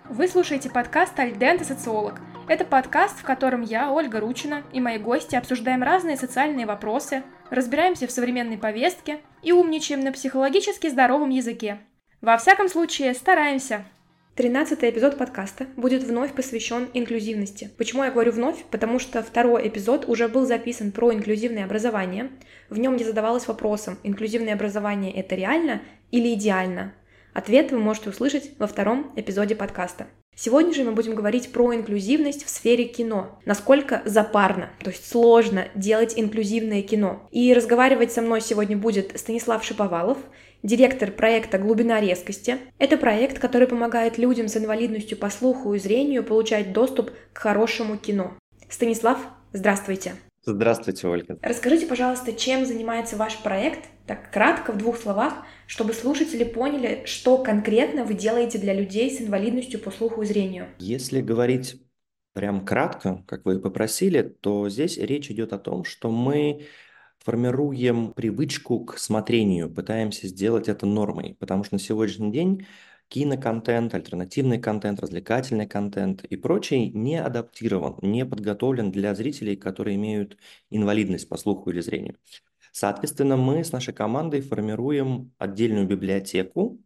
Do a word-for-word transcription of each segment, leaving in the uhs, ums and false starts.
Вы слушаете подкаст «Альдента социолог». Это подкаст, в котором я, Ольга Ручина, и мои гости обсуждаем разные социальные вопросы, разбираемся в современной повестке и умничаем на психологически здоровом языке. Во всяком случае, стараемся. Тринадцатый эпизод подкаста будет вновь посвящен инклюзивности. Почему я говорю вновь? Потому что второй эпизод уже был записан про инклюзивное образование. В нем я задавалась вопросом, инклюзивное образование – это реально или идеально? Ответ вы можете услышать во втором эпизоде подкаста. Сегодня же мы будем говорить про инклюзивность в сфере кино. Насколько запарно, то есть сложно делать инклюзивное кино. И разговаривать со мной сегодня будет Станислав Шиповалов, директор проекта «Глубина резкости». Это проект, который помогает людям с инвалидностью по слуху и зрению получать доступ к хорошему кино. Станислав, здравствуйте. Здравствуйте, Ольга. Расскажите, пожалуйста, чем занимается ваш проект, так кратко, в двух словах, чтобы слушатели поняли, что конкретно вы делаете для людей с инвалидностью по слуху и зрению. Если говорить прям кратко, как вы и попросили, то здесь речь идет о том, что мы формируем привычку к смотрению, пытаемся сделать это нормой, потому что на сегодняшний день киноконтент, альтернативный контент, развлекательный контент и прочий не адаптирован, не подготовлен для зрителей, которые имеют инвалидность по слуху или зрению. Соответственно, мы с нашей командой формируем отдельную библиотеку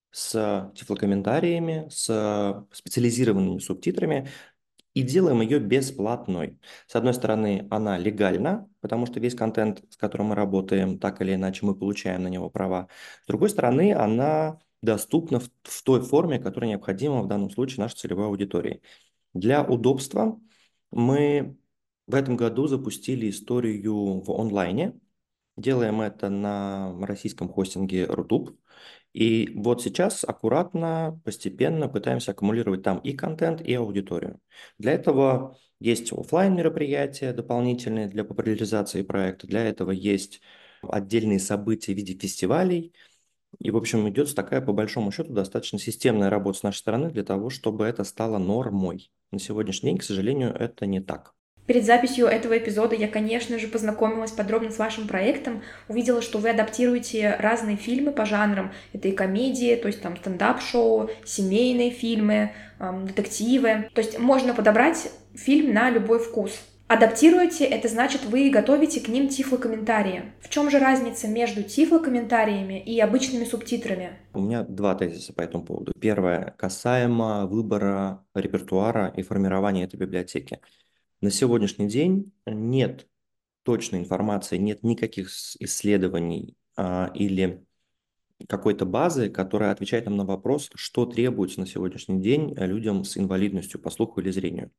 с тифлокомментариями, с специализированными субтитрами и делаем ее бесплатной. С одной стороны, она легальна, потому что весь контент, с которым мы работаем, так или иначе мы получаем на него права. С другой стороны, она доступна в, в той форме, которая необходима в данном случае нашей целевой аудитории. Для удобства мы в этом году запустили историю в онлайне. Делаем это на российском хостинге Рутуб. И вот сейчас аккуратно, постепенно пытаемся аккумулировать там и контент, и аудиторию. Для этого есть офлайн мероприятия дополнительные для популяризации проекта. Для этого есть отдельные события в виде фестивалей. И, в общем, идет такая, по большому счету, достаточно системная работа с нашей стороны для того, чтобы это стало нормой. На сегодняшний день, к сожалению, это не так. Перед записью этого эпизода я, конечно же, познакомилась подробно с вашим проектом, увидела, что вы адаптируете разные фильмы по жанрам. Это и комедии, то есть там стендап-шоу, семейные фильмы, эм, детективы. То есть можно подобрать фильм на любой вкус. Адаптируете, это значит, вы готовите к ним тифлокомментарии. В чем же разница между тифлокомментариями и обычными субтитрами? У меня два тезиса по этому поводу. Первое, касаемо выбора репертуара и формирования этой библиотеки. На сегодняшний день нет точной информации, нет никаких с- исследований а, или какой-то базы, которая отвечает нам на вопрос, что требуется на сегодняшний день людям с инвалидностью по слуху или зрению.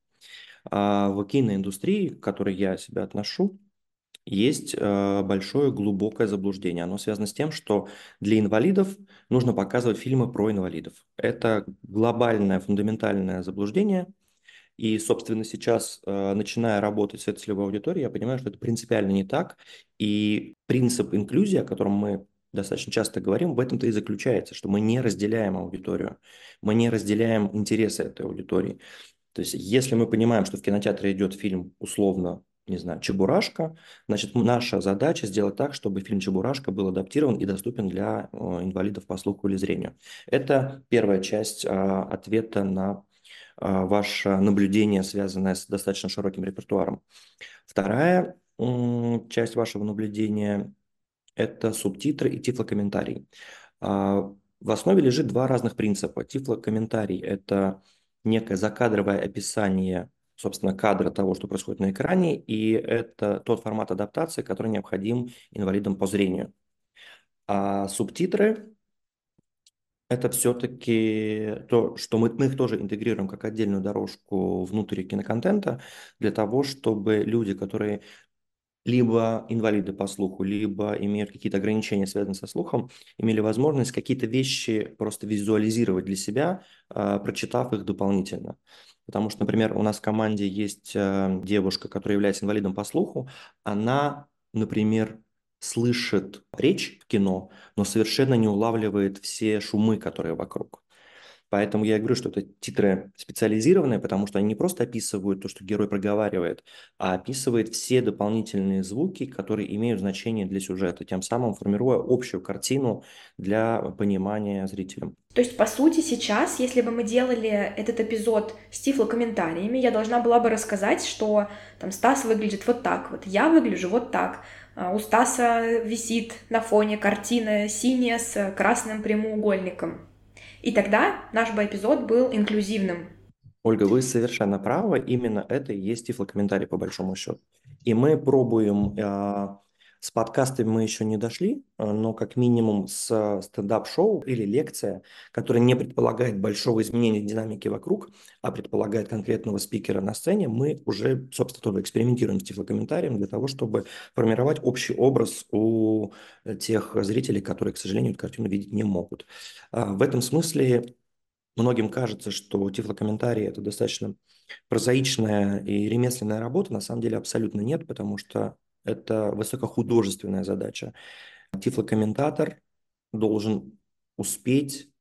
А в киноиндустрии, к которой я себя отношу, есть э, большое глубокое заблуждение. Оно связано с тем, что для инвалидов нужно показывать фильмы про инвалидов. Это глобальное, фундаментальное заблуждение. И, собственно, сейчас, э, начиная работать с этой целевой аудиторией, я понимаю, что это принципиально не так. И принцип инклюзии, о котором мы достаточно часто говорим, в этом-то и заключается, что мы не разделяем аудиторию, мы не разделяем интересы этой аудитории. То есть, если мы понимаем, что в кинотеатре идет фильм условно, не знаю, «Чебурашка», значит, наша задача сделать так, чтобы фильм «Чебурашка» был адаптирован и доступен для э, инвалидов по слуху или зрению. Это первая часть а, ответа на а, ваше наблюдение, связанное с достаточно широким репертуаром. Вторая м, часть вашего наблюдения – это субтитры и тифлокомментарий. А, В основе лежит два разных принципа. Тифлокомментарий – это некое закадровое описание, собственно, кадра того, что происходит на экране, и это тот формат адаптации, который необходим инвалидам по зрению. А субтитры – это все-таки то, что мы, мы их тоже интегрируем как отдельную дорожку внутрь киноконтента для того, чтобы люди, которые либо инвалиды по слуху, либо имеют какие-то ограничения, связанные со слухом, имели возможность какие-то вещи просто визуализировать для себя, а, прочитав их дополнительно. Потому что, например, у нас в команде есть а, девушка, которая является инвалидом по слуху, она, например, слышит речь в кино, но совершенно не улавливает все шумы, которые вокруг. Поэтому я и говорю, что это титры специализированные, потому что они не просто описывают то, что герой проговаривает, а описывает все дополнительные звуки, которые имеют значение для сюжета, тем самым формируя общую картину для понимания зрителям. То есть, по сути, сейчас, если бы мы делали этот эпизод с тифлокомментариями, я должна была бы рассказать, что там Стас выглядит вот так, вот я выгляжу вот так. А у Стаса висит на фоне картина синяя с красным прямоугольником. И тогда наш бы эпизод был инклюзивным. Ольга, вы совершенно правы, именно это и есть тифлокомментарий по большому счету. И мы пробуем, э, с подкастами мы еще не дошли, э, но как минимум с стендап-шоу или лекция, которая не предполагает большого изменения динамики вокруг, а предполагает конкретного спикера на сцене, мы уже, собственно, тоже экспериментируем с тифлокомментарием для того, чтобы формировать общий образ у тех зрителей, которые, к сожалению, эту картину видеть не могут. А В этом смысле многим кажется, что тифлокомментарий – это достаточно прозаичная и ремесленная работа. На самом деле абсолютно нет, потому что это высокохудожественная задача. Тифлокомментатор должен успеть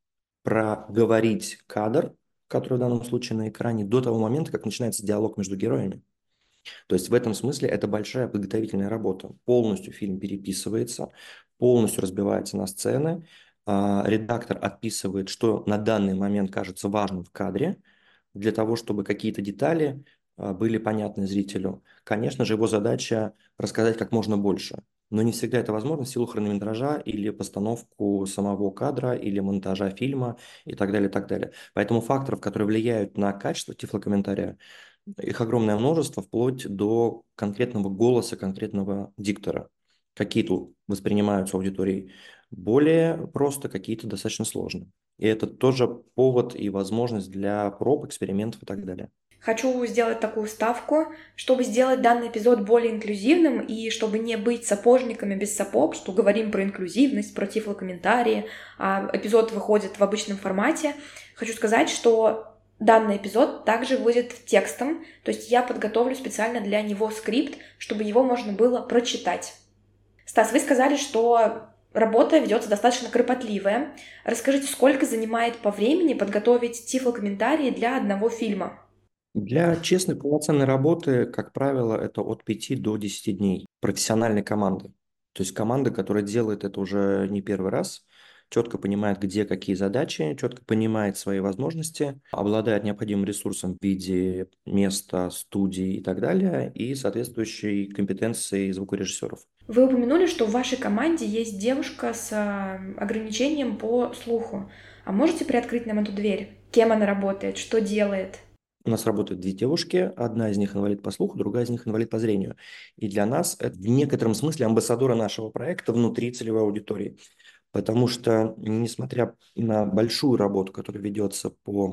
проговорить кадр, который в данном случае на экране, до того момента, как начинается диалог между героями. То есть в этом смысле это большая подготовительная работа. Полностью фильм переписывается, полностью разбивается на сцены. А, Редактор отписывает, что на данный момент кажется важным в кадре, для того, чтобы какие-то детали а, были понятны зрителю. Конечно же, его задача рассказать как можно больше. Но не всегда это возможно в силу хронометража или постановку самого кадра, или монтажа фильма и так далее, и так далее. Поэтому факторов, которые влияют на качество тифлокомментария, их огромное множество, вплоть до конкретного голоса конкретного диктора. Какие-то воспринимаются аудиторией более просто, какие-то достаточно сложно. И это тоже повод и возможность для проб, экспериментов и так далее. Хочу сделать такую ставку, чтобы сделать данный эпизод более инклюзивным и чтобы не быть сапожниками без сапог, что говорим про инклюзивность, про тифлокомментарии, а эпизод выходит в обычном формате. Хочу сказать, что данный эпизод также выйдет текстом, то есть я подготовлю специально для него скрипт, чтобы его можно было прочитать. Стас, вы сказали, что работа ведется достаточно кропотливая. Расскажите, сколько занимает по времени подготовить тифлокомментарии для одного фильма? Для честной полноценной работы, как правило, это от пяти до десяти дней профессиональной команды. То есть команда, которая делает это уже не первый раз, четко понимает, где какие задачи, четко понимает свои возможности, обладает необходимым ресурсом в виде места, студии и так далее, и соответствующей компетенцией звукорежиссеров. Вы упомянули, что в вашей команде есть девушка с а, ограничением по слуху. А можете приоткрыть нам эту дверь? Кем она работает? Что делает? У нас работают две девушки, одна из них инвалид по слуху, другая из них инвалид по зрению. И для нас это в некотором смысле амбассадоры нашего проекта внутри целевой аудитории. Потому что, несмотря на большую работу, которая ведется по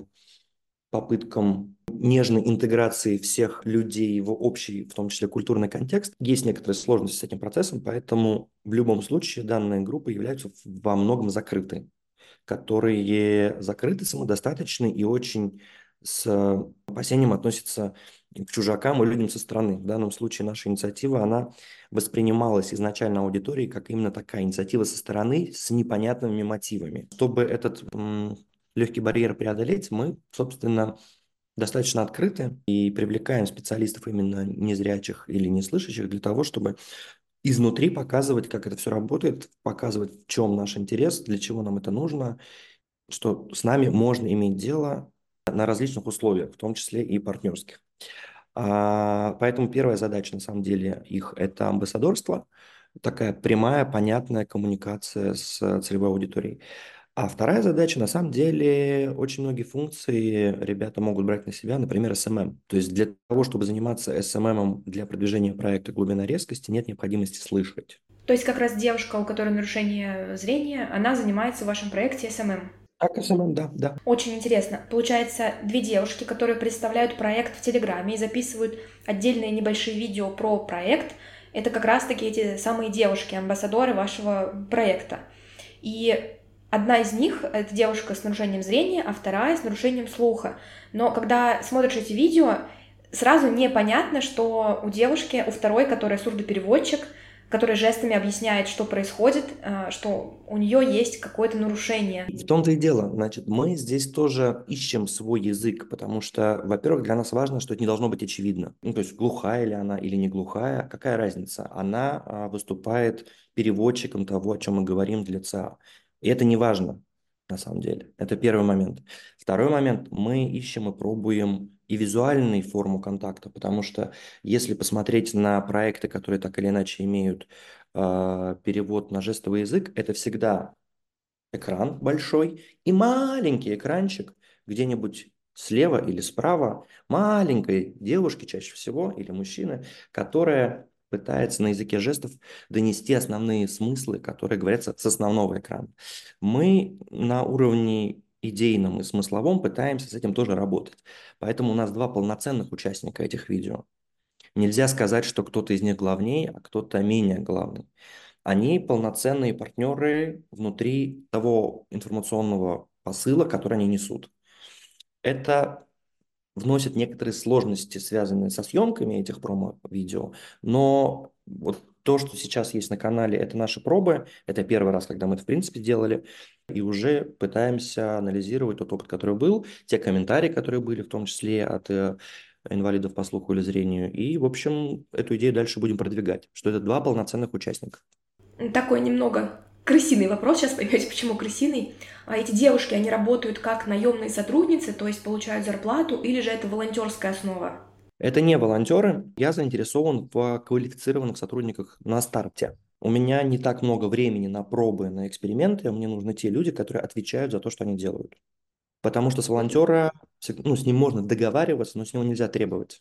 попыткам нежной интеграции всех людей в общий, в том числе культурный контекст, есть некоторые сложности с этим процессом, поэтому в любом случае данные группы являются во многом закрыты, которые закрыты, самодостаточны и очень с опасением относятся к чужакам и людям со стороны. В данном случае наша инициатива, она воспринималась изначально аудиторией как именно такая инициатива со стороны с непонятными мотивами. Чтобы этот м, легкий барьер преодолеть, мы, собственно, достаточно открыты и привлекаем специалистов именно незрячих или неслышащих для того, чтобы изнутри показывать, как это все работает, показывать, в чем наш интерес, для чего нам это нужно, что с нами можно иметь дело на различных условиях, в том числе и партнерских. А, Поэтому первая задача, на самом деле, их – это амбассадорство, такая прямая, понятная коммуникация с целевой аудиторией. А вторая задача, на самом деле, очень многие функции ребята могут брать на себя, например, эс эм эм. То есть для того, чтобы заниматься эс эм эм для продвижения проекта «Глубина резкости», нет необходимости слышать. То есть как раз девушка, у которой нарушение зрения, она занимается в вашем проекте эс эм эм. Так, эс эм эм, да, да. Очень интересно. Получается, две девушки, которые представляют проект в Телеграме и записывают отдельные небольшие видео про проект, это как раз-таки эти самые девушки, амбассадоры вашего проекта. И одна из них — это девушка с нарушением зрения, а вторая с нарушением слуха. Но когда смотришь эти видео, сразу непонятно, что у девушки, у второй, которая сурдопереводчик, которая жестами объясняет, что происходит, э, что у нее есть какое-то нарушение. В том-то и дело. Значит, мы здесь тоже ищем свой язык, потому что, во-первых, для нас важно, что это не должно быть очевидно. Ну, то есть глухая ли она или не глухая, какая разница? Она а, выступает переводчиком того, о чем мы говорим для ЦА. И это не важно, на самом деле. Это первый момент. Второй момент. Мы ищем и пробуем и визуальную форму контакта, потому что если посмотреть на проекты, которые так или иначе имеют а, перевод на жестовый язык, это всегда экран большой и маленький экранчик где-нибудь слева или справа маленькой девушки чаще всего или мужчины, которая пытается на языке жестов донести основные смыслы, которые говорятся с основного экрана. Мы на уровне идейном и смысловом пытаемся с этим тоже работать. Поэтому у нас два полноценных участника этих видео. Нельзя сказать, что кто-то из них главнее, а кто-то менее главный. Они полноценные партнеры внутри того информационного посыла, который они несут. Это вносит некоторые сложности, связанные со съемками этих промо-видео, но вот то, что сейчас есть на канале, это наши пробы, это первый раз, когда мы это в принципе делали, и уже пытаемся анализировать тот опыт, который был, те комментарии, которые были, в том числе от э, инвалидов по слуху или зрению, и, в общем, эту идею дальше будем продвигать, что это два полноценных участника. Такой немного крысиный вопрос, сейчас поймете, почему крысиный. А эти девушки, они работают как наемные сотрудницы, то есть получают зарплату, или же это волонтерская основа? Это не волонтеры. Я заинтересован в квалифицированных сотрудниках на старте. У меня не так много времени на пробы, на эксперименты. Мне нужны те люди, которые отвечают за то, что они делают. Потому что с волонтера, всег- ну, с ним можно договариваться, но с него нельзя требовать.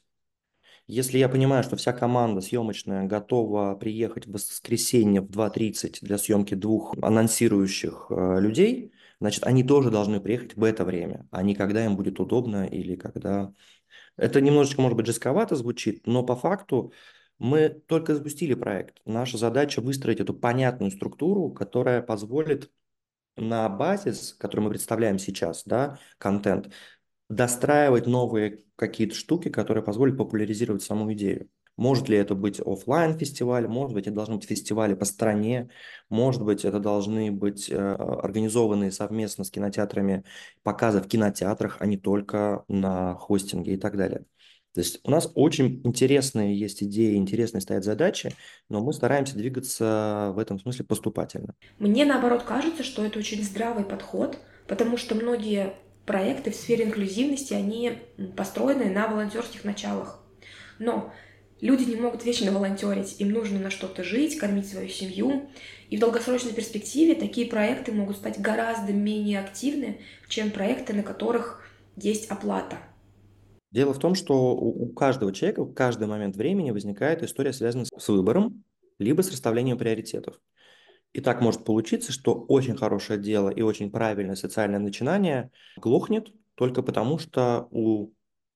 Если я понимаю, что вся команда съемочная готова приехать в воскресенье в два тридцать для съемки двух анонсирующих э, людей, значит, они тоже должны приехать в это время, а не когда им будет удобно или когда это немножечко, может быть, жестковато звучит, но по факту мы только запустили проект. Наша задача выстроить эту понятную структуру, которая позволит на базис, который мы представляем сейчас, да, контент, достраивать новые какие-то штуки, которые позволят популяризировать саму идею. Может ли это быть оффлайн фестиваль, может быть, это должны быть фестивали по стране, может быть, это должны быть э, организованные совместно с кинотеатрами показы в кинотеатрах, а не только на хостинге и так далее. То есть у нас очень интересные есть идеи, интересные стоят задачи, но мы стараемся двигаться в этом смысле поступательно. Мне, наоборот, кажется, что это очень здравый подход, потому что многие проекты в сфере инклюзивности, они построены на волонтерских началах. Но люди не могут вечно волонтерить, им нужно на что-то жить, кормить свою семью. И в долгосрочной перспективе такие проекты могут стать гораздо менее активны, чем проекты, на которых есть оплата. Дело в том, что у у каждого человека в каждый момент времени возникает история, связанная с с выбором, либо с расставлением приоритетов. И так может получиться, что очень хорошее дело и очень правильное социальное начинание глохнет только потому, что у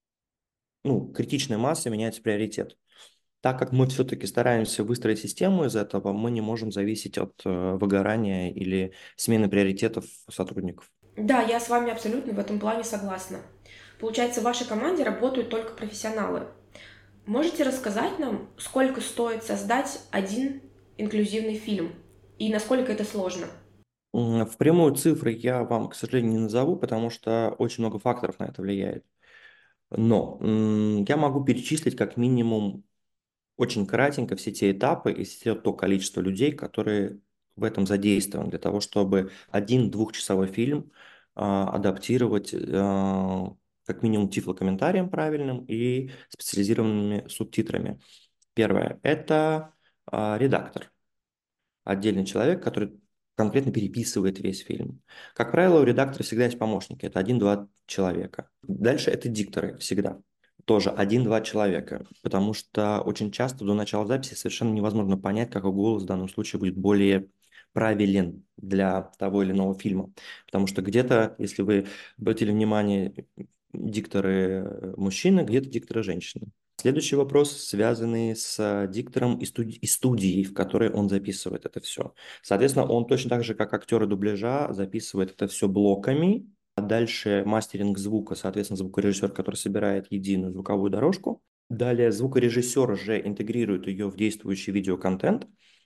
ну, критичной массы меняется приоритет. Так как мы все-таки стараемся выстроить систему из этого, мы не можем зависеть от э, выгорания или смены приоритетов сотрудников. Да, я с вами абсолютно в этом плане согласна. Получается, в вашей команде работают только профессионалы. Можете рассказать нам, сколько стоит создать один инклюзивный фильм и насколько это сложно? М, В прямую цифры я вам, к сожалению, не назову, потому что очень много факторов на это влияет. Но м, я могу перечислить как минимум очень кратенько все те этапы и все то количество людей, которые в этом задействованы, для того, чтобы один двухчасовой фильм а, адаптировать а, как минимум тифлокомментарием правильным и специализированными субтитрами. Первое– это а, редактор, отдельный человек, который конкретно переписывает весь фильм. Как правило, у редактора всегда есть помощники, это один-два человека. Дальше это дикторы всегда, тоже один-два человека, потому что очень часто до начала записи совершенно невозможно понять, какой голос в данном случае будет более правилен для того или иного фильма. Потому что где-то, если вы обратили внимание, дикторы э, мужчины, где-то дикторы женщины. Следующий вопрос, связанный с диктором и, студи- и студией, в которой он записывает это все. Соответственно, он точно так же, как актеры дубляжа, записывает это все блоками. А дальше мастеринг звука, соответственно, звукорежиссер, который собирает единую звуковую дорожку. Далее звукорежиссер же интегрирует ее в действующий видеоконтент.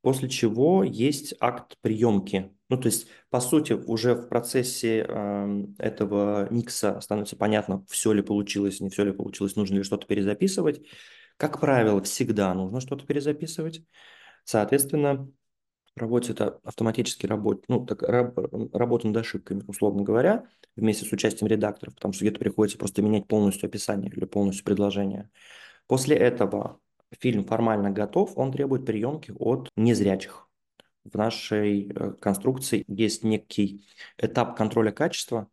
после чего есть акт приемки. Ну, то есть, по сути, уже в процессе э, этого микса становится понятно, все ли получилось, не все ли получилось, нужно ли что-то перезаписывать. Как правило, всегда нужно что-то перезаписывать. Соответственно, проводится это автоматически работа, ну, так, раб- работа над ошибками, условно говоря, вместе с участием редакторов, потому что где-то приходится просто менять полностью описание или полностью предложение. После этого фильм формально готов, он требует приемки от незрячих. В нашей э, конструкции есть некий этап контроля качества,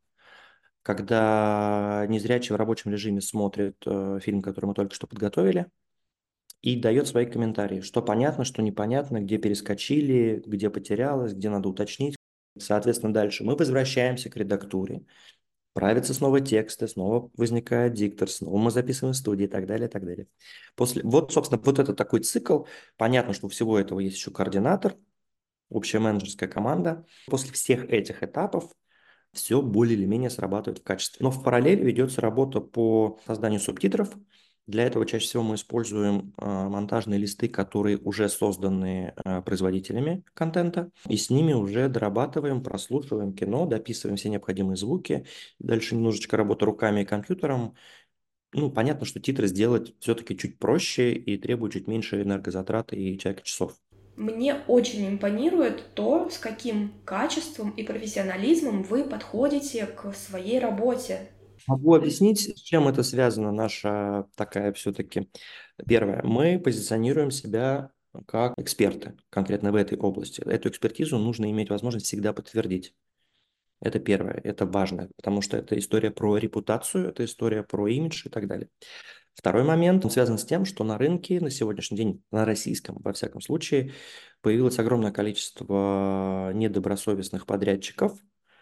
когда незрячий в рабочем режиме смотрит э, фильм, который мы только что подготовили, и дает свои комментарии, что понятно, что непонятно, где перескочили, где потерялось, где надо уточнить. Соответственно, дальше мы возвращаемся к редактуре, правятся снова тексты, снова возникает диктор, снова мы записываем в студии и так далее, и так далее. После, вот, собственно, вот это такой цикл. Понятно, что у всего этого есть еще координатор, общая менеджерская команда. После всех этих этапов все более или менее срабатывает в качестве. Но в параллели ведется работа по созданию субтитров. Для этого чаще всего мы используем э, монтажные листы, которые уже созданы э, производителями контента, и с ними уже дорабатываем, прослушиваем кино, дописываем все необходимые звуки. Дальше немножечко работа руками и компьютером. Ну, понятно, что титры сделать все-таки чуть проще и требует чуть меньше энергозатраты и человека-часов. Мне очень импонирует то, с каким качеством и профессионализмом вы подходите к своей работе. Могу объяснить, с чем это связано, наша такая все-таки. Первое, мы позиционируем себя как эксперты конкретно в этой области. Эту экспертизу нужно иметь возможность всегда подтвердить. Это первое, это важно, потому что это история про репутацию, это история про имидж и так далее. Второй момент, он связан с тем, что на рынке на сегодняшний день, на российском, во всяком случае, появилось огромное количество недобросовестных подрядчиков,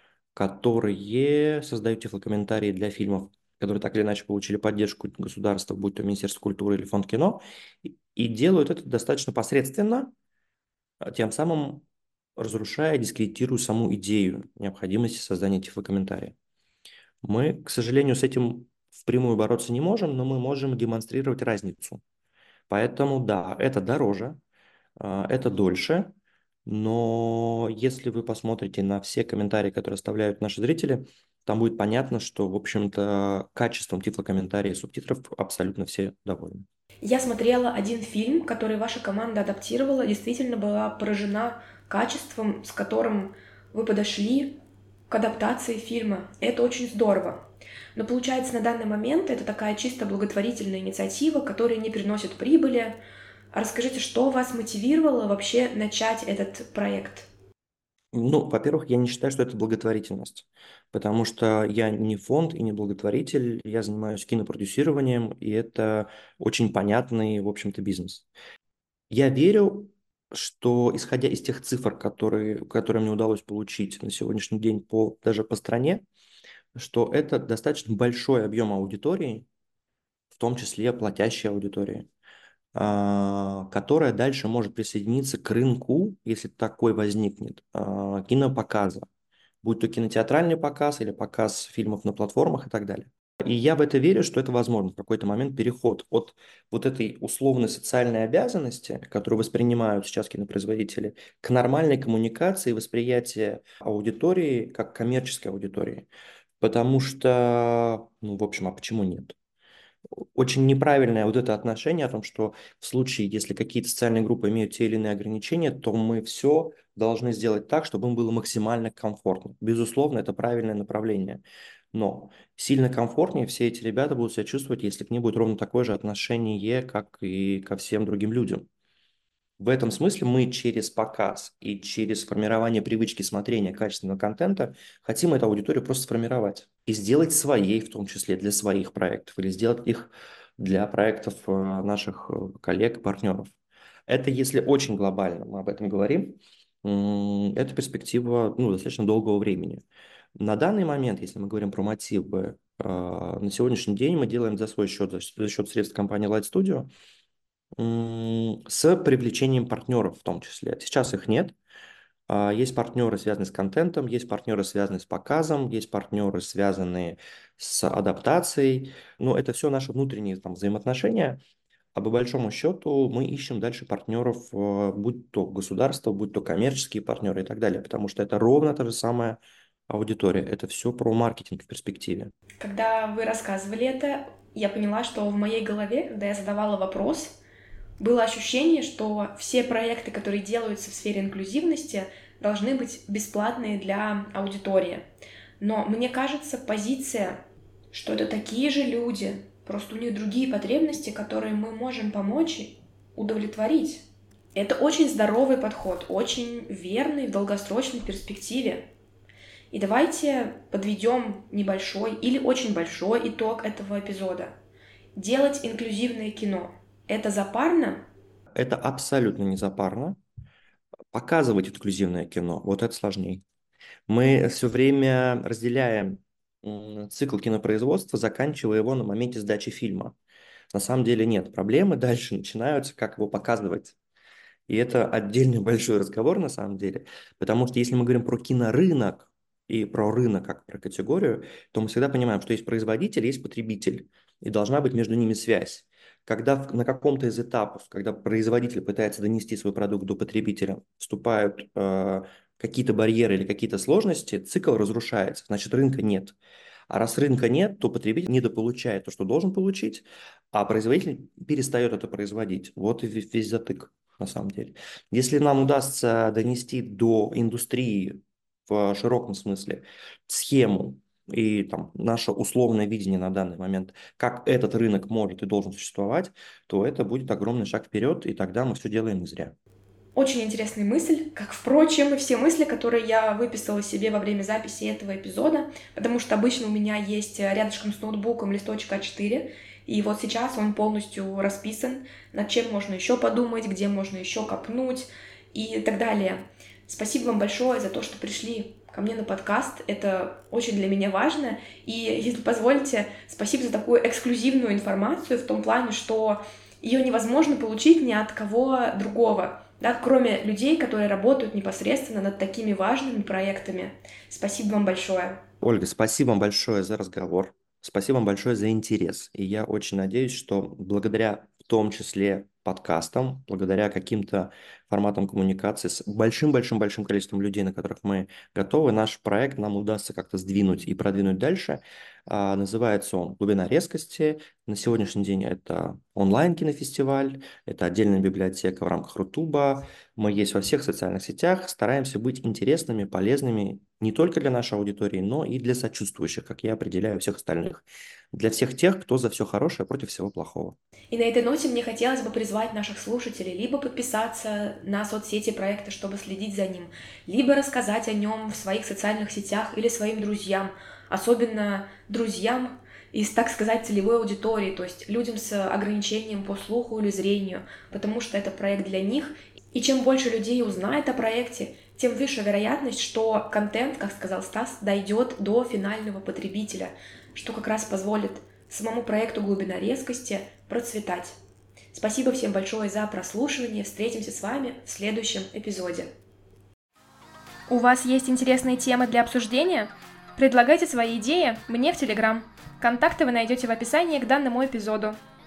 которые создают тифлокомментарии для фильмов, которые так или иначе получили поддержку государства, будь то Министерство культуры или Фонд кино, и, и делают это достаточно посредственно, а тем самым разрушая, дискредитируя саму идею необходимости создания тифлокомментария. Мы, к сожалению, с этим впрямую бороться не можем, но мы можем демонстрировать разницу. Поэтому да, это дороже, а, это дольше, но если вы посмотрите на все комментарии, которые оставляют наши зрители, там будет понятно, что, в общем-то, качеством тифлокомментариев и субтитров абсолютно все довольны. Я смотрела один фильм, который ваша команда адаптировала, действительно была поражена качеством, с которым вы подошли к адаптации фильма. Это очень здорово. Но получается, на данный момент это такая чисто благотворительная инициатива, которая не приносит прибыли. А расскажите, что вас мотивировало вообще начать этот проект? Ну, во-первых, я не считаю, что это благотворительность, потому что я не фонд и не благотворитель, я занимаюсь кинопродюсированием, и это очень понятный, в общем-то, бизнес. Я верю, что исходя из тех цифр, которые, которые мне удалось получить на сегодняшний день по, даже по стране, что это достаточно большой объем аудитории, в том числе платящей аудитории, а, которая дальше может присоединиться к рынку, если такой возникнет, а, кинопоказа, будь то кинотеатральный показ или показ фильмов на платформах и так далее. И я в это верю, что это возможно в какой-то момент переход от вот этой условной социальной обязанности, которую воспринимают сейчас кинопроизводители, к нормальной коммуникации и восприятию аудитории как коммерческой аудитории. Потому что, ну, в общем, а почему нет? Очень неправильное вот это отношение о том, что в случае, если какие-то социальные группы имеют те или иные ограничения, то мы все должны сделать так, чтобы им было максимально комфортно. Безусловно, это правильное направление. Но сильно комфортнее все эти ребята будут себя чувствовать, если к ним будет ровно такое же отношение, как и ко всем другим людям. В этом смысле мы через показ и через формирование привычки смотрения качественного контента хотим эту аудиторию просто сформировать и сделать своей, в том числе для своих проектов, или сделать их для проектов э, наших э, коллег, партнеров. Это если очень глобально мы об этом говорим, м, это перспектива, ну, достаточно долгого времени. На данный момент, если мы говорим про мотивы, э, на сегодняшний день мы делаем за свой счет, за счет за счет средств компании Light Studio, м, с привлечением партнеров в том числе. Сейчас их нет. А, Есть партнеры, связанные с контентом, есть партнеры, связанные с показом, есть партнеры, связанные с адаптацией. Но это все наши внутренние там, взаимоотношения. А по большому счету мы ищем дальше партнеров, э, будь то государство, будь то коммерческие партнеры и так далее, потому что это ровно та же самая аудитория. Это все про маркетинг в перспективе. Когда вы рассказывали это, я поняла, что в моей голове, когда я задавала вопрос, было ощущение, что все проекты, которые делаются в сфере инклюзивности, должны быть бесплатные для аудитории. Но мне кажется, позиция, что это такие же люди, просто у них другие потребности, которые мы можем помочь удовлетворить. Это очень здоровый подход, очень верный в долгосрочной перспективе. И давайте подведем небольшой или очень большой итог этого эпизода. Делать инклюзивное кино – это запарно? Это абсолютно не запарно. Показывать инклюзивное кино, вот это сложнее. Мы все время разделяем м, цикл кинопроизводства, заканчивая его на моменте сдачи фильма. На самом деле нет, проблемы дальше начинаются, как его показывать. И это отдельный большой разговор на самом деле, потому что если мы говорим про кинорынок и про рынок как про категорию, то мы всегда понимаем, что есть производитель, есть потребитель, и должна быть между ними связь. Когда в- на каком-то из этапов, когда производитель пытается донести свой продукт до потребителя, вступают э, какие-то барьеры или какие-то сложности, цикл разрушается, значит рынка нет. А раз рынка нет, то потребитель недополучает то, что должен получить, а производитель перестает это производить. Вот и весь весь затык на самом деле. Если нам удастся донести до индустрии в широком смысле схему и там, наше условное видение на данный момент, как этот рынок может и должен существовать, то это будет огромный шаг вперед, и тогда мы все делаем не зря. Очень интересная мысль, как, впрочем, и все мысли, которые я выписала себе во время записи этого эпизода, потому что обычно у меня есть рядышком с ноутбуком листочек а четыре, и вот сейчас он полностью расписан, над чем можно еще подумать, где можно еще копнуть и так далее. Спасибо вам большое за то, что пришли ко мне на подкаст. Это очень для меня важно. И, если позволите, спасибо за такую эксклюзивную информацию в том плане, что ее невозможно получить ни от кого другого. Да, кроме людей, которые работают непосредственно над такими важными проектами. Спасибо вам большое. Ольга, спасибо вам большое за разговор, спасибо вам большое за интерес. И я очень надеюсь, что благодаря в том числе подкастам, благодаря каким-то форматам коммуникации с большим-большим-большим количеством людей, на которых мы готовы, наш проект нам удастся как-то сдвинуть и продвинуть дальше. А, называется он «Глубина резкости». На сегодняшний день это онлайн-кинофестиваль, это отдельная библиотека в рамках Рутуба. Мы есть во всех социальных сетях, стараемся быть интересными, полезными не только для нашей аудитории, но и для сочувствующих, как я определяю всех остальных. Для всех тех, кто за все хорошее против всего плохого. И на этой ноте мне хотелось бы призвать наших слушателей либо подписаться на соцсети проекта, чтобы следить за ним, либо рассказать о нем в своих социальных сетях или своим друзьям, особенно друзьям из, так сказать, целевой аудитории, то есть людям с ограничением по слуху или зрению, потому что это проект для них. И чем больше людей узнает о проекте, тем выше вероятность, что контент, как сказал Стас, дойдет до финального потребителя, что как раз позволит самому проекту «Глубина резкости» процветать. Спасибо всем большое за прослушивание. Встретимся с вами в следующем эпизоде. У вас есть интересные темы для обсуждения? Предлагайте свои идеи мне в Телеграм. Контакты вы найдете в описании к данному эпизоду.